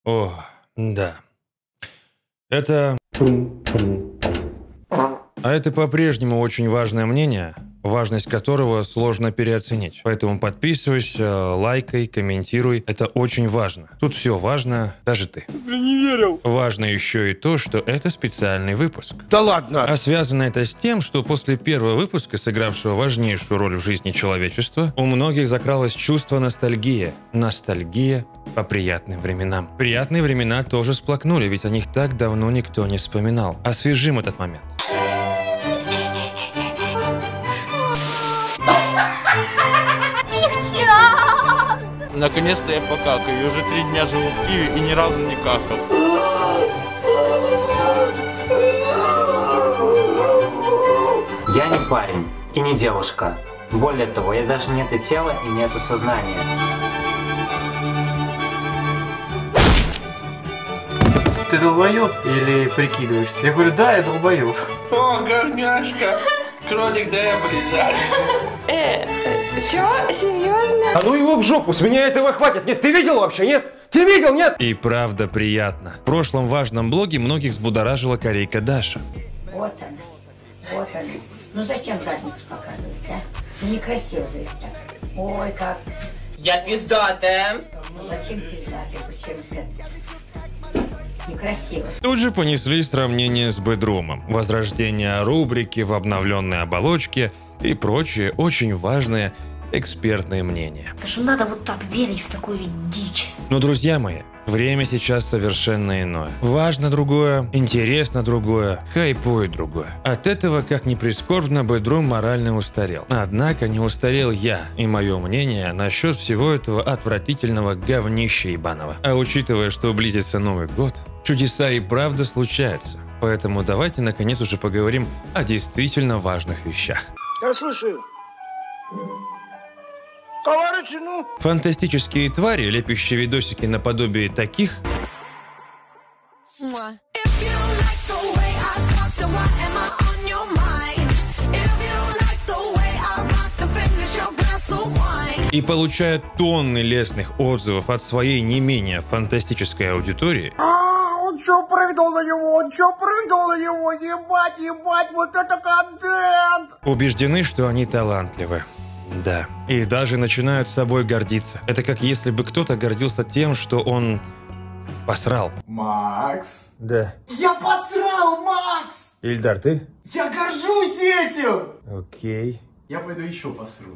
О, да. Это по-прежнему очень важное мнение, важность которого сложно переоценить. Поэтому подписывайся, лайкай, комментируй. Это очень важно. Тут все важно, даже ты. Я не верил. Важно еще и то, что это специальный выпуск. Да ладно. А связано это с тем, что после первого выпуска, сыгравшего важнейшую роль в жизни человечества, у многих закралось чувство ностальгии. Ностальгия по приятным временам. Приятные времена тоже всплакнули, ведь о них так давно никто не вспоминал. Освежим этот момент. Наконец-то я покакаю. Я уже 3 дня живу в Киеве и ни разу не какал. Я не парень и не девушка. Более того, я даже не это тело и не это сознание. Ты долбоёб или прикидываешься? Я говорю, да, я долбоёб. О, говняшка. Кролик, дай облизать. Чё? Серьезно? А ну его в жопу, с меня этого хватит. Нет, ты видел вообще, нет? Ты видел, нет? И правда приятно. В прошлом важном блоге многих взбудоражила корейка Даша. Вот она, вот она. Ну зачем задницу показывать, а? Ну некрасиво же это так. Ой, как. Я пиздатая. Ну зачем пиздатый, почему это? Некрасиво. Тут же понеслись сравнения с Бэдрумом, возрождение рубрики в обновленной оболочке и прочие очень важные экспертные мнения. Это же надо вот так верить в такую дичь. Но, друзья мои, время сейчас совершенно иное. Важно другое, интересно другое, хайпует другое. От этого, как ни прискорбно, Бэдрум морально устарел. Однако не устарел я и мое мнение насчет всего этого отвратительного говнища ебаного. А учитывая, что близится Новый год, чудеса и правда случаются. Поэтому давайте наконец уже поговорим о действительно важных вещах. Я слушаю. Товарищи, ну... Фантастические твари, лепящие видосики наподобие таких, и получают тонны лестных отзывов от своей не менее фантастической аудитории, Он чё прыгнул на него, ебать, вот это контент! убеждены, что они талантливы. Да. И даже начинают собой гордиться. Это как если бы кто-то гордился тем, что он посрал. Макс? Да. Я посрал, Макс! Ильдар, ты? Я горжусь этим! Окей. Я пойду еще посру.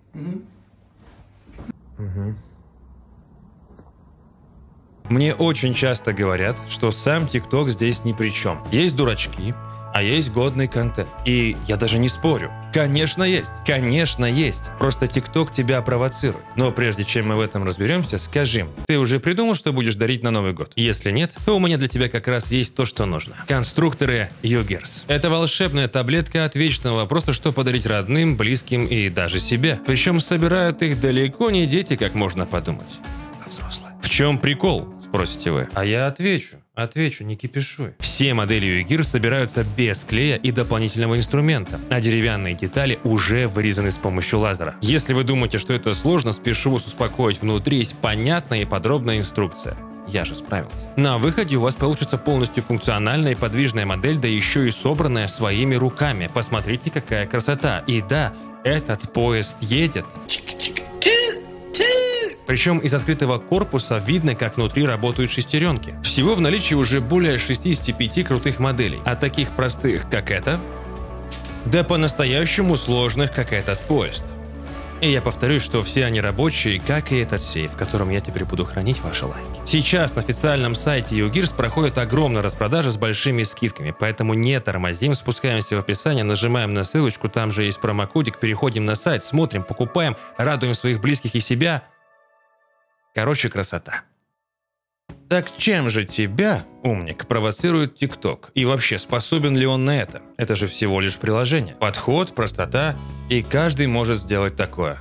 Мне очень часто говорят, что сам ТикТок здесь ни при чем. Есть дурачки, а есть годный контент. И я даже не спорю. Конечно есть. Конечно есть. Просто ТикТок тебя провоцирует. Но прежде чем мы в этом разберемся, скажи, ты уже придумал, что будешь дарить на Новый год? Если нет, то у меня для тебя как раз есть то, что нужно. Конструкторы Югерс. Это волшебная таблетка от вечного вопроса, что подарить родным, близким и даже себе. Причем собирают их далеко не дети, как можно подумать, а взрослые. В чем прикол? Спросите вы. А я отвечу, не кипишуй. Все модели Югир собираются без клея и дополнительного инструмента, а деревянные детали уже вырезаны с помощью лазера. Если вы думаете, что это сложно, спешу вас успокоить, внутри есть понятная и подробная инструкция. Я же справился. На выходе у вас получится полностью функциональная и подвижная модель, да еще и собранная своими руками. Посмотрите, какая красота. И да, этот поезд едет. Причем из открытого корпуса видно, как внутри работают шестеренки. Всего в наличии уже более 65 крутых моделей, от таких простых, как это, до по-настоящему сложных, как этот поезд. И я повторюсь, что все они рабочие, как и этот сейф, в котором я теперь буду хранить ваши лайки. Сейчас на официальном сайте Югирс проходит огромная распродажа с большими скидками, поэтому не тормозим, спускаемся в описание, нажимаем на ссылочку, там же есть промокодик, переходим на сайт, смотрим, покупаем, радуем своих близких и себя. Короче, красота. Так чем же тебя, умник, провоцирует ТикТок? И вообще, способен ли он на это? Это же всего лишь приложение. Подход, простота, и каждый может сделать такое.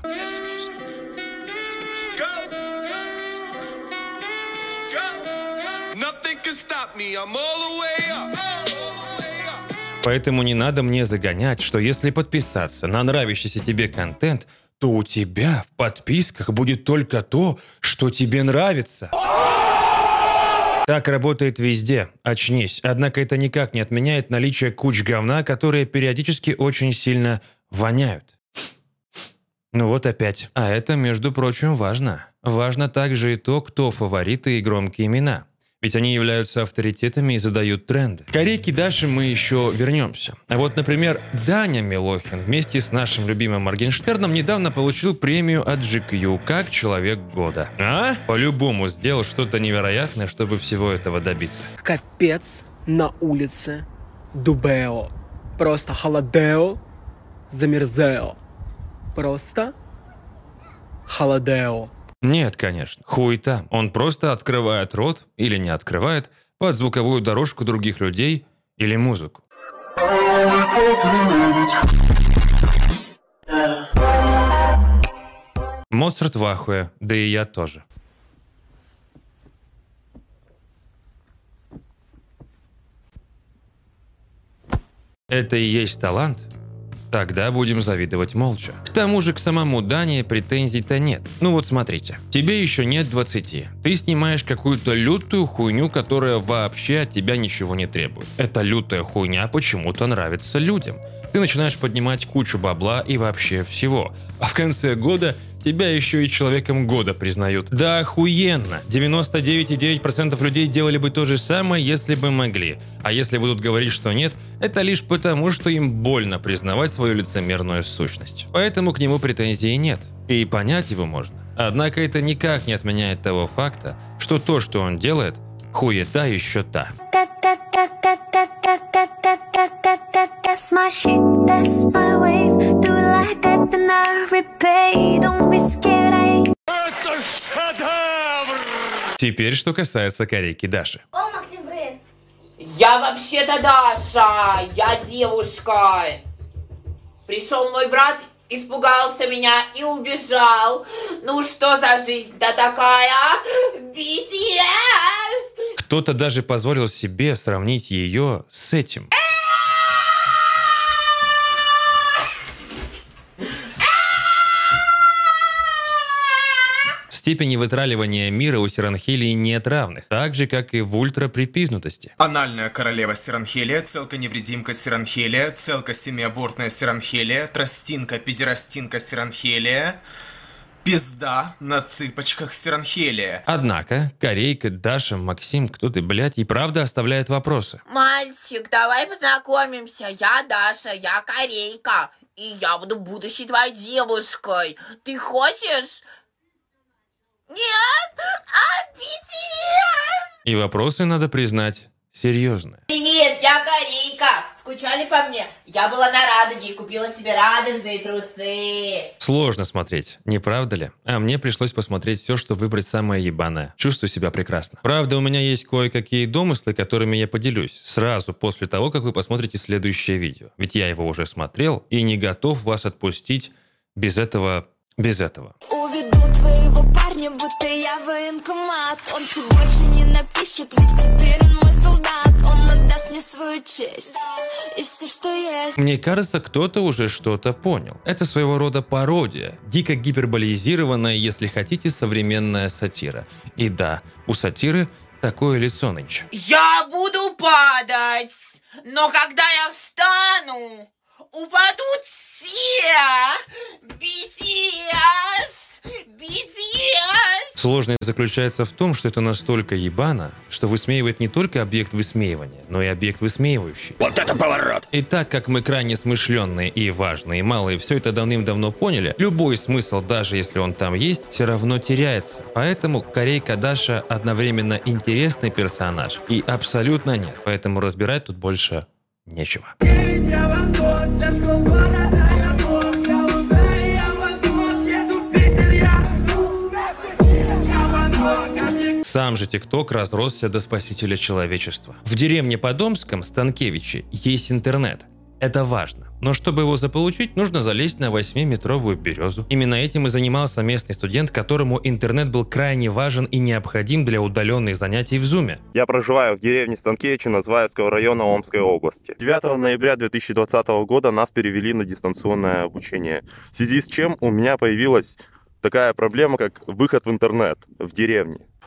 Поэтому не надо мне загонять, что если подписаться на нравящийся тебе контент, то у тебя в подписках будет только то, что тебе нравится. Так работает везде. Очнись. Однако это никак не отменяет наличие куч говна, которые периодически очень сильно воняют. Ну вот опять. А это, между прочим, важно. Важно также и то, кто фавориты и громкие имена. Ведь они являются авторитетами и задают тренды. К Корейке Даше мы еще вернемся. А вот, например, Даня Милохин вместе с нашим любимым Моргенштерном недавно получил премию от GQ как Человек года. А? По-любому сделал что-то невероятное, чтобы всего этого добиться. Капец на улице Дубео. Просто холодео, замерзео. Просто холодео. Нет, конечно, хуета. Он просто открывает рот или не открывает под звуковую дорожку других людей или музыку. Моцарт в ахуе, да и я тоже. Это и есть талант? Тогда будем завидовать молча. К тому же к самому Дане претензий-то нет. Ну вот смотрите, тебе еще нет 20. Ты снимаешь какую-то лютую хуйню, которая вообще от тебя ничего не требует. Эта лютая хуйня почему-то нравится людям. Ты начинаешь поднимать кучу бабла и вообще всего. А в конце года тебя еще и человеком года признают. Да охуенно! 99,9% людей делали бы то же самое, если бы могли. А если будут говорить, что нет, это лишь потому, что им больно признавать свою лицемерную сущность. Поэтому к нему претензий нет. И понять его можно. Однако это никак не отменяет того факта, что то, что он делает, хуета еще та. That's my shit, that's my wave. Do it like that, then I repay. Don't be scared, Это шедевр! Теперь, что касается Корейки Даши. О, Максим, привет. Я вообще-то Даша, я девушка. Пришел мой брат, испугался меня и убежал. Ну что за жизнь-то такая? BTS! Кто-то даже позволил себе сравнить ее с этим. В степени вытраливания мира у Сиранхелии нет равных, так же, как и в ультраприпизнутости. Анальная королева Сиранхелия, целка-невредимка Сиранхелия, целка-семиабортная Сиранхелия, тростинка-педерастинка Сиранхелия, пизда на цыпочках Сиранхелия. Однако, Корейка, Даша, Максим, кто ты, блядь, и правда оставляет вопросы. Мальчик, давай познакомимся. Я Даша, я Корейка. И я буду будущей твоей девушкой. Ты хочешь? Нет? А BTS? И вопросы, надо признать, серьезные. Привет, я Корейка. Скучали по мне? Я была на Радуге и купила себе радужные трусы. Сложно смотреть, не правда ли? А мне пришлось посмотреть все, что выбрать самое ебаное. Чувствую себя прекрасно. Правда, у меня есть кое-какие домыслы, которыми я поделюсь сразу после того, как вы посмотрите следующее видео. Ведь я его уже смотрел и не готов вас отпустить без этого. Уведу твоего парня, будто я военкомат. Он тебе больше не напишет, ведь теперь он мой солдат. Он отдаст мне свою честь и все, что есть. Мне кажется, кто-то уже что-то понял. Это своего рода пародия, дико гиперболизированная, если хотите, современная сатира. И да, у сатиры такое лицо нынче. Я буду падать, но когда я встану, упадут все. BTS! Сложность заключается в том, что это настолько ебано, что высмеивает не только объект высмеивания, но и объект высмеивающий. Вот это поворот! И так как мы крайне смышленные и важные, и малые все это давным-давно поняли, любой смысл, даже если он там есть, все равно теряется. Поэтому Корейка Даша одновременно интересный персонаж и абсолютно нет. Поэтому разбирать тут больше нечего. Сам же ТикТок разросся до спасителя человечества. В деревне Подомском, Станкевиче, есть интернет. Это важно. Но чтобы его заполучить, нужно залезть на 8-метровую березу. Именно этим и занимался местный студент, которому интернет был крайне важен и необходим для удаленных занятий в Зуме. Я проживаю в деревне Станкевиче Называевского района Омской области. 9 ноября 2020 года нас перевели на дистанционное обучение, в связи с чем у меня появилась такая проблема, как выход в интернет в деревне.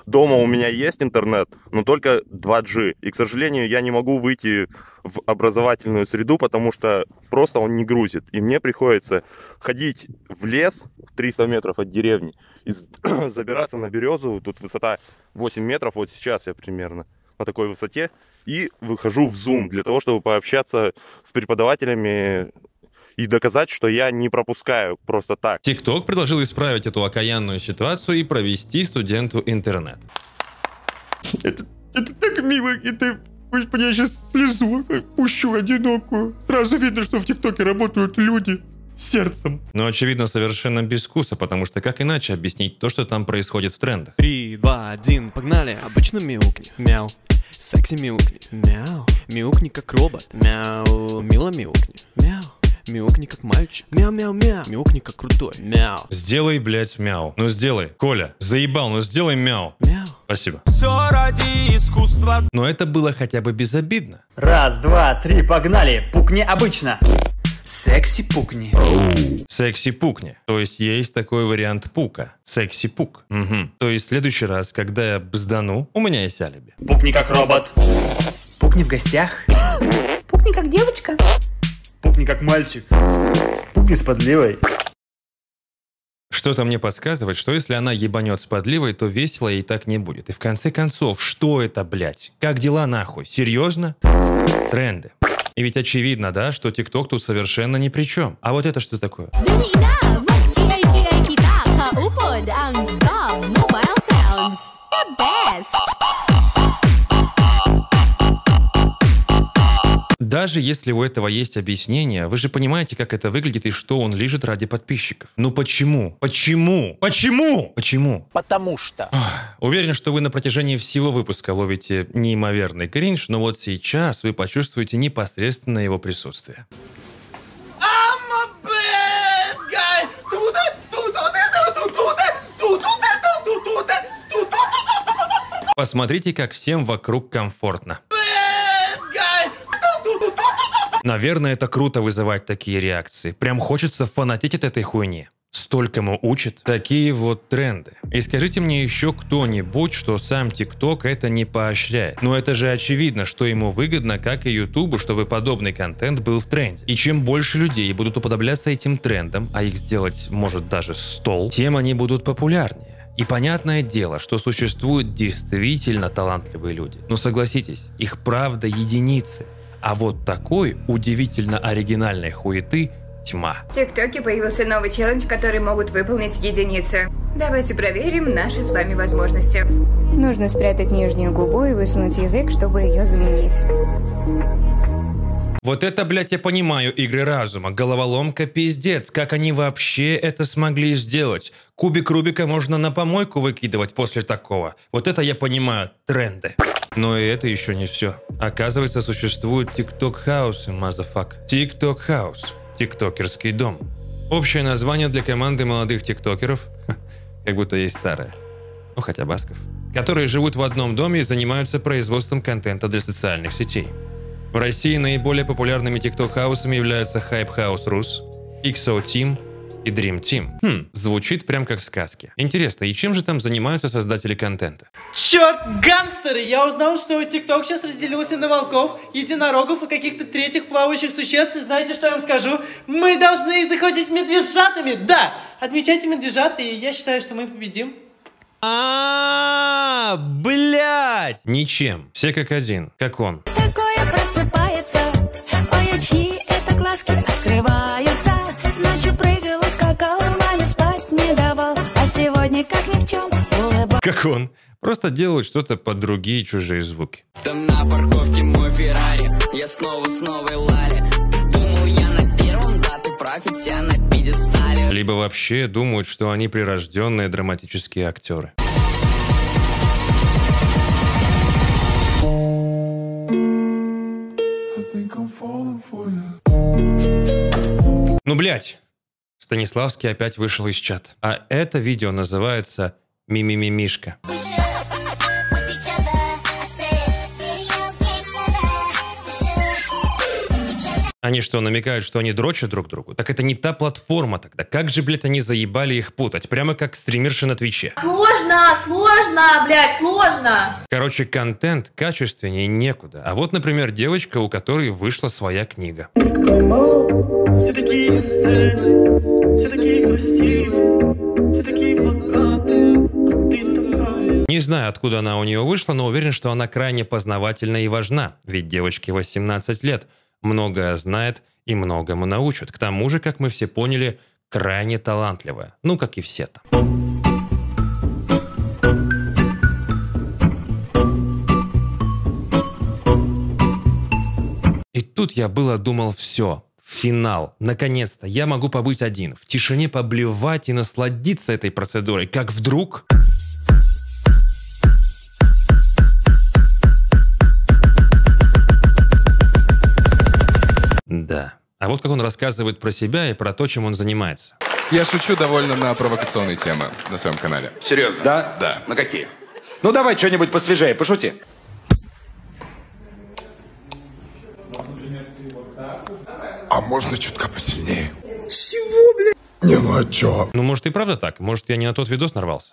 Дома у меня есть интернет, но только 2G. И, к сожалению, я не могу выйти в образовательную среду, потому что просто он не грузит. И мне приходится ходить в лес 300 метров от деревни и забираться на березу. Тут высота 8 метров, вот сейчас я примерно на такой высоте. И выхожу в Zoom для того, чтобы пообщаться с преподавателями и доказать, что я не пропускаю просто так. TikTok предложил исправить эту окаянную ситуацию и провести студенту интернет. Это так мило, и ты... Господи, я сейчас слезу, пущу одинокую. Сразу видно, что в ТикТоке работают люди с сердцем. Но, очевидно, совершенно без вкуса, потому что как иначе объяснить то, что там происходит в трендах? 3, 2, 1, погнали. Обычно мяукни. Мяу. Секси мяукни. Мяу. Мяукни как робот. Мяу. Мило мяукни. Мяу. Мяукни как мальчик. Мяу-мяу-мяу. Мяукни как крутой. Мяу. Сделай, блядь, мяу. Ну сделай. Коля, заебал, ну сделай мяу. Мяу. Спасибо. Все ради искусства. Но это было хотя бы безобидно. Раз, два, три, погнали. Пукни обычно. Секси-пукни. Секси-пукни. То есть есть такой вариант пука. Секси-пук. Угу. То есть в следующий раз, когда я бздану, у меня есть алиби. Пукни как робот. Пукни в гостях. Пукни как девочка. Пукни как мальчик. Пукни с подливой. Что-то мне подсказывает, что если она ебанет с подливой, то весело ей так не будет. И в конце концов, что это, блядь? Как дела нахуй? Серьезно? Тренды. И ведь очевидно, да, что ТикТок тут совершенно ни при чем. А вот это что такое? Даже если у этого есть объяснение, вы же понимаете, как это выглядит и что он лежит ради подписчиков. Ну почему? Почему? Почему? Почему? Потому что. Уверен, что вы на протяжении всего выпуска ловите неимоверный кринж, но вот сейчас вы почувствуете непосредственно его присутствие. Посмотрите, как всем вокруг комфортно. Наверное, это круто вызывать такие реакции. Прям хочется фанатеть от этой хуйни. Столькому учат. Такие вот тренды. И скажите мне еще кто-нибудь, что сам TikTok это не поощряет. Но это же очевидно, что ему выгодно, как и YouTube, чтобы подобный контент был в тренде. И чем больше людей будут уподобляться этим трендам, а их сделать может даже 100, тем они будут популярнее. И понятное дело, что существуют действительно талантливые люди. Но согласитесь, их правда единицы. А вот такой удивительно оригинальной хуеты тьма. В ТикТоке появился новый челлендж, который могут выполнить единицы. Давайте проверим наши с вами возможности. Нужно спрятать нижнюю губу и высунуть язык, чтобы ее заменить. Вот это, блядь, я понимаю, игры разума. Головоломка пиздец. Как они вообще это смогли сделать? Кубик Рубика можно на помойку выкидывать после такого. Вот это я понимаю. Тренды. Но и это еще не все. Оказывается, существуют TikTok-хаусы, мазафак. TikTok-хаус. Тиктокерский дом. Общее название для команды молодых тиктокеров, как будто есть старое, ну хотя басков, которые живут в одном доме и занимаются производством контента для социальных сетей. В России наиболее популярными тикток-хаусами являются Hype House Rus, XO Team и Dream Team. Звучит прям как в сказке. Интересно, и чем же там занимаются создатели контента? Черт, гангстеры! Я узнал, что ТикТок сейчас разделился на волков, единорогов и каких-то третьих плавающих существ. И знаете, что я вам скажу? Мы должны их захватить медвежатами! Да! Отмечайте медвежат, и я считаю, что мы победим. Блядь! Ничем. Все как один. Как он. Такое просыпается. Ой, чьи это глазки открываются. Ночью прыгал и скакал, маме спать не давал. А сегодня, как ни в чем, улыбался. Как он. Просто делают что-то под другие чужие звуки. Там на парковке мой Феррари. Я снова с новой Лали. Думал, я на первом, да ты прав, ведь я на пьедестале. Либо вообще думают, что они прирожденные драматические актеры. Ну, блять! Станиславский опять вышел из чата. А это видео называется «Мимимишка». Они что, намекают, что они дрочат друг другу? Так это не та платформа тогда. Как же, блядь, они заебали их путать? Прямо как стримерши на Твиче. Сложно, блядь, сложно. Короче, контент качественнее некуда. А вот, например, девочка, у которой вышла своя книга. Все такие бесцельные, все такие красивые, все такие богатые, а ты такая. Не знаю, откуда она у нее вышла, но уверен, что она крайне познавательна и важна. Ведь девочке 18 лет, многое знает и многому научат. К тому же, как мы все поняли, крайне талантливая. Ну, как и все там. И тут я было думал, все, финал. Наконец-то я могу побыть один, в тишине поблевать и насладиться этой процедурой. Как вдруг... Да. А вот как он рассказывает про себя и про то, чем он занимается. Я шучу довольно на провокационные темы на своем канале. Серьезно? Да? Да. На какие? Ну давай что-нибудь посвежее, пошути. А можно чутка посильнее? Чего, блядь? Не, ну а чё? Ну, может, и правда так. Может, я не на тот видос нарвался.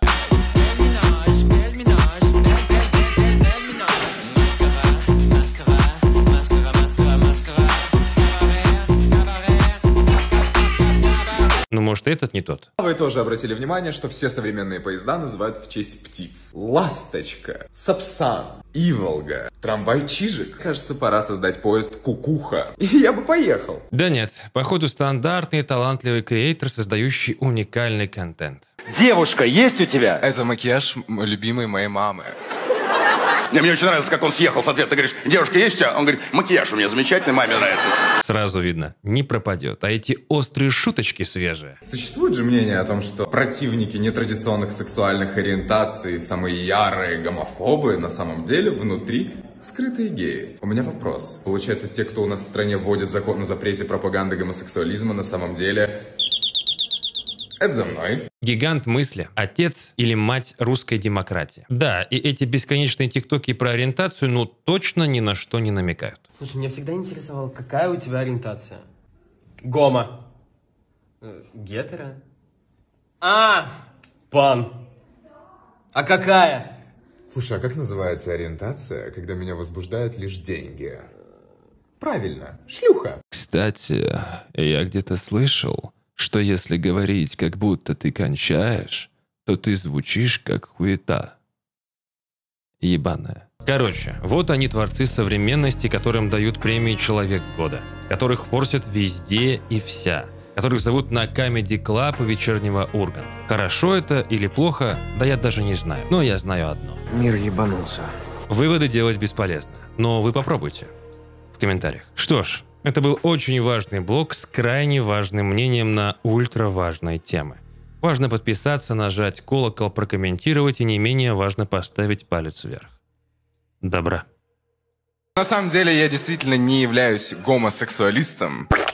Ну, может, и этот не тот. Вы тоже обратили внимание, что все современные поезда называют в честь птиц. Ласточка, Сапсан, Иволга, трамвай Чижик. Кажется, пора создать поезд Кукуха. И я бы поехал. Да нет, походу стандартный талантливый креатор, создающий уникальный контент. Девушка есть у тебя? Это макияж любимой моей мамы. Мне очень нравится, как он съехал с ответа. Ты говоришь, девушка есть у тебя? Он говорит, макияж у меня замечательный, маме нравится. Сразу видно, не пропадет. А эти острые шуточки свежие. Существует же мнение о том, что противники нетрадиционных сексуальных ориентаций, самые ярые гомофобы, на самом деле внутри скрытые геи. У меня вопрос. Получается, те, кто у нас в стране вводит закон о запрете пропаганды гомосексуализма, на самом деле... Это за мной. Гигант мысли. Отец или мать русской демократии. Да, и эти бесконечные тиктоки про ориентацию, ну, точно ни на что не намекают. Слушай, меня всегда интересовало, какая у тебя ориентация? Гомо. Гетеро? Пан. А какая? Слушай, а как называется ориентация, когда меня возбуждают лишь деньги? Правильно, шлюха. Кстати, я где-то слышал, что если говорить, как будто ты кончаешь, то ты звучишь как хуета. Ебаная. Короче, вот они творцы современности, которым дают премии «Человек года», которых форсят везде и вся, которых зовут на Comedy Club вечернего Урганта. Хорошо это или плохо, да я даже не знаю. Но я знаю одно. Мир ебанулся. Выводы делать бесполезно, но вы попробуйте в комментариях. Что ж, это был очень важный блог с крайне важным мнением на ультраважные темы. Важно подписаться, нажать колокол, прокомментировать и не менее важно поставить палец вверх. Добра. На самом деле я действительно не являюсь гомосексуалистом.